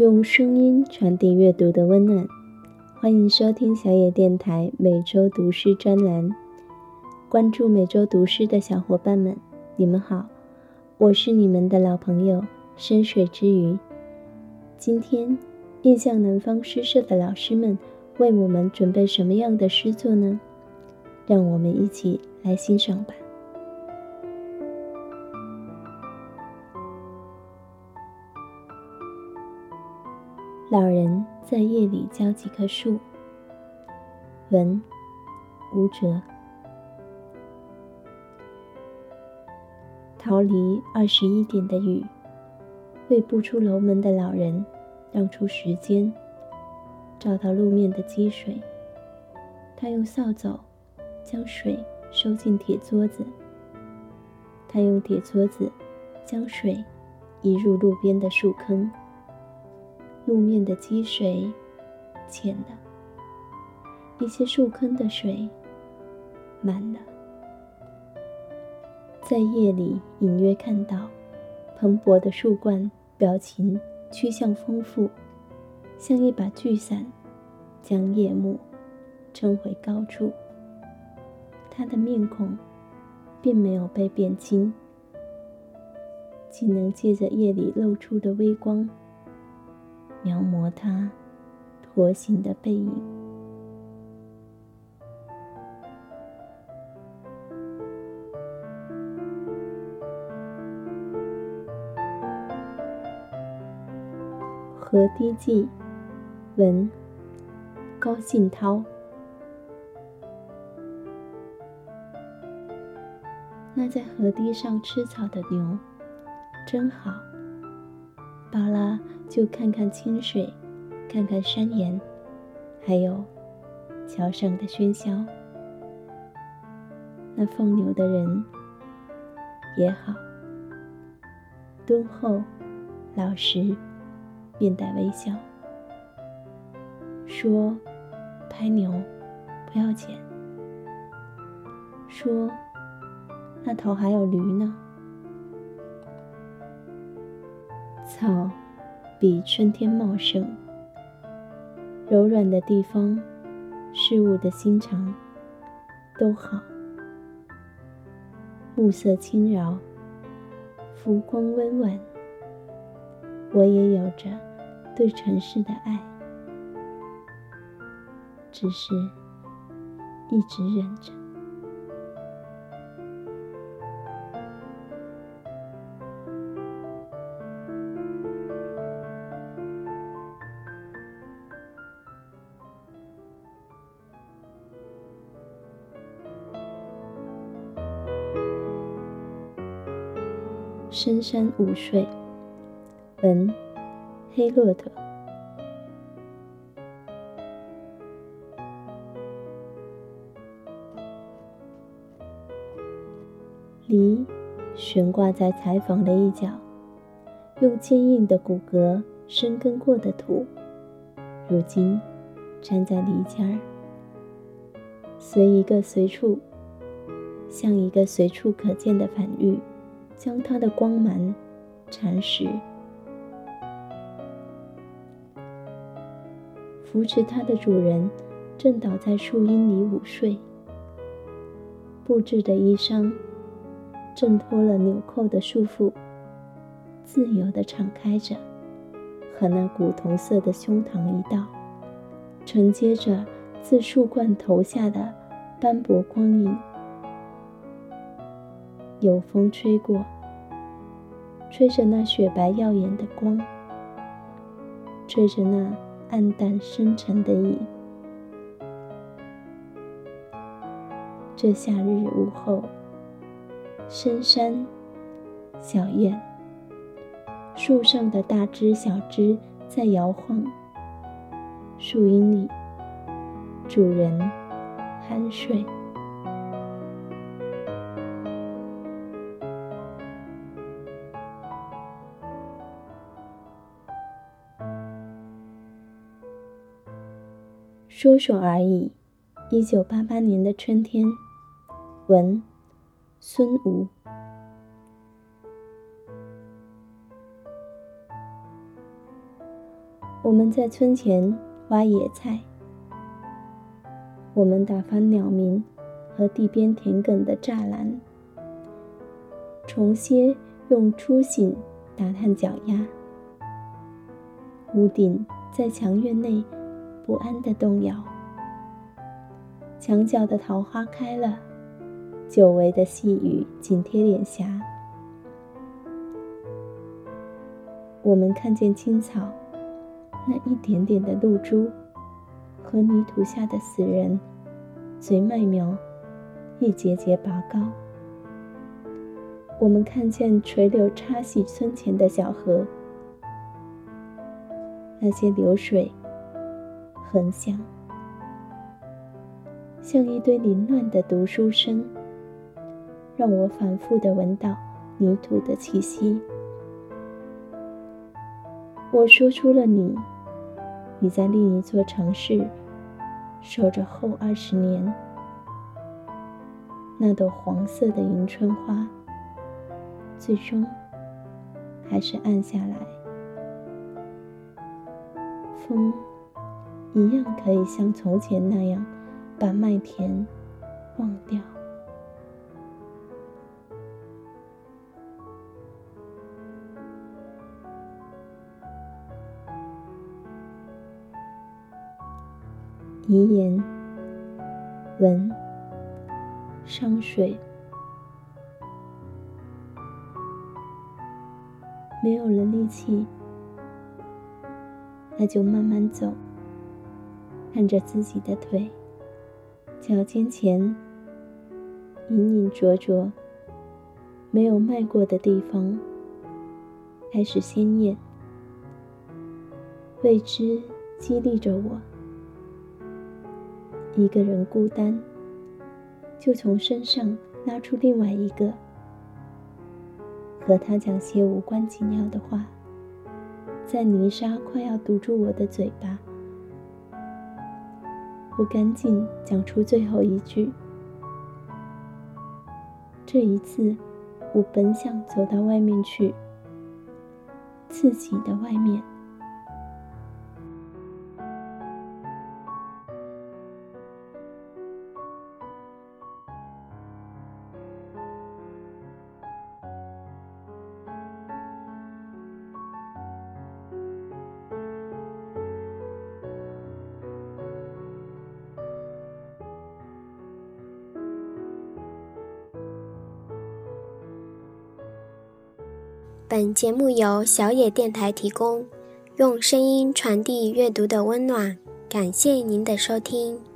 用声音传递阅读的温暖，欢迎收听小野电台每周读诗专栏。关注每周读诗的小伙伴们，你们好，我是你们的老朋友深水之鱼。今天印象南方诗社的老师们为我们准备什么样的诗作呢？让我们一起来欣赏吧。老人在夜里浇几棵树。文，吴哲。逃离21点的雨，为步出楼门的老人让出时间，找到路面的积水。他用扫帚将水收进铁撮子，他用铁撮子将水移入路边的树坑。路面的积水浅了，一些树坑的水满了。在夜里隐约看到蓬勃的树冠表情趋向丰富，像一把巨伞将夜幕撑回高处。他的面孔并没有被变轻，仅能借着夜里露出的微光描摹他驼行的背影。河堤记，文，高信涛。那在河堤上吃草的牛真好，饱了就看看清水，看看山岩，还有桥上的喧嚣。那放牛的人也好，敦厚老实，面带微笑，说拍牛不要钱，说那头还有驴呢。草比春天茂盛，柔软的地方，事物的心肠都好。暮色轻柔，浮光温婉，我也有着对城市的爱，只是一直忍着。深山午睡，文，黑骆驼。梨悬挂在柴房的一角，用坚硬的骨骼深耕过的土，如今站在梨尖儿，像一个随处可见的反喻，将它的光芒蚕食。扶持它的主人正倒在树荫里午睡，布置的衣裳挣脱了纽扣的束缚，自由地敞开着，和那古铜色的胸膛一道，承接着自树冠投下的斑驳光影。有风吹过，吹着那雪白耀眼的光，吹着那暗淡深沉的影。这夏日午后，深山小燕，树上的大枝小枝在摇晃，树荫里主人酣睡。说说而已。1988年的春天，文，孙吴。 我们在村前挖野菜，我们打翻鸟鸣和地边田埂的栅栏，虫蝎用粗醒打探脚丫，屋顶在墙院内不安地动摇，墙角的桃花开了，久违的细雨紧贴脸颊。我们看见青草那一点点的露珠和泥土下的死人随麦苗一节节拔高。我们看见垂柳插洗村前的小河，那些流水很响，像一堆凌乱的读书声，让我反复地闻到泥土的气息。我说出了你在另一座城市守着后20年，那朵黄色的迎春花最终还是暗下来。风一样可以像从前那样把麦田忘掉。遗言，文，商水。没有了力气，那就慢慢走，看着自己的腿，脚尖前隐隐灼灼，没有迈过的地方开始鲜艳，未知激励着我。一个人孤单，就从身上拉出另外一个，和他讲些无关紧要的话，在泥沙快要堵住我的嘴巴，我赶紧讲出最后一句。这一次，我本想走到外面去，自己的外面。 本节目由小野电台提供，用声音传递阅读的温暖，感谢您的收听。